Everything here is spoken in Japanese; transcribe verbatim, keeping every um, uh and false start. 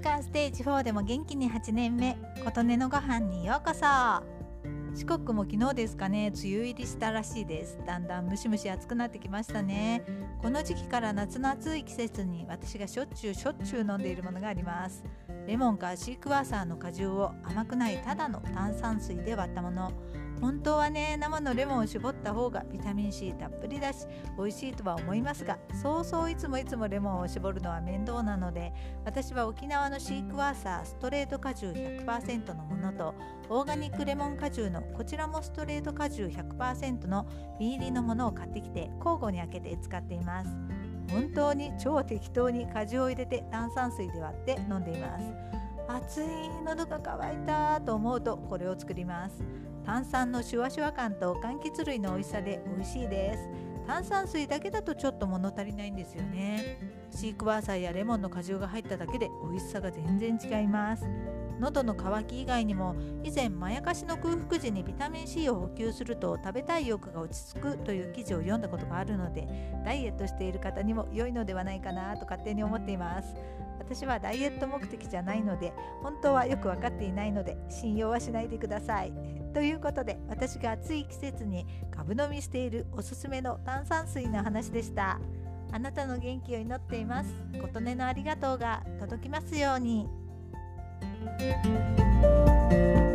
週間ステージフォーでも元気にはちねんめ、琴音のご飯にようこそ。四国も昨日ですかね、梅雨入りしたらしいです。だんだんムシムシ暑くなってきましたね。この時期から夏の暑い季節に私がしょっちゅうしょっちゅう飲んでいるものがあります。レモンかシークワーサーの果汁を甘くないただの炭酸水で割ったもの。本当はね、生のレモンを絞った方がビタミン C たっぷりだし美味しいとは思いますが、そうそういつもいつもレモンを絞るのは面倒なので、私は沖縄のシークワーサーストレート果汁 ひゃくパーセント のものと、オーガニックレモン果汁のこちらもストレート果汁 ひゃくパーセント の瓶入りのものを買ってきて交互に開けて使っています。本当に超適当に果汁を入れて炭酸水で割って飲んでいます。暑い、喉が渇いたと思うとこれを作ります。炭酸のシュワシュワ感と柑橘類の美味しさで美味しいです。炭酸水だけだとちょっと物足りないんですよね。シークワーサーやレモンの果汁が入っただけで美味しさが全然違います。喉の渇き以外にも、以前まやかしの空腹時にビタミン C を補給すると食べたい欲が落ち着くという記事を読んだことがあるので、ダイエットしている方にも良いのではないかなと勝手に思っています。私はダイエット目的じゃないので、本当はよく分かっていないので信用はしないでください。ということで、私が暑い季節に株飲みしているおすすめの炭酸水の話でした。あなたの元気を祈っています。琴音のありがとうが届きますように。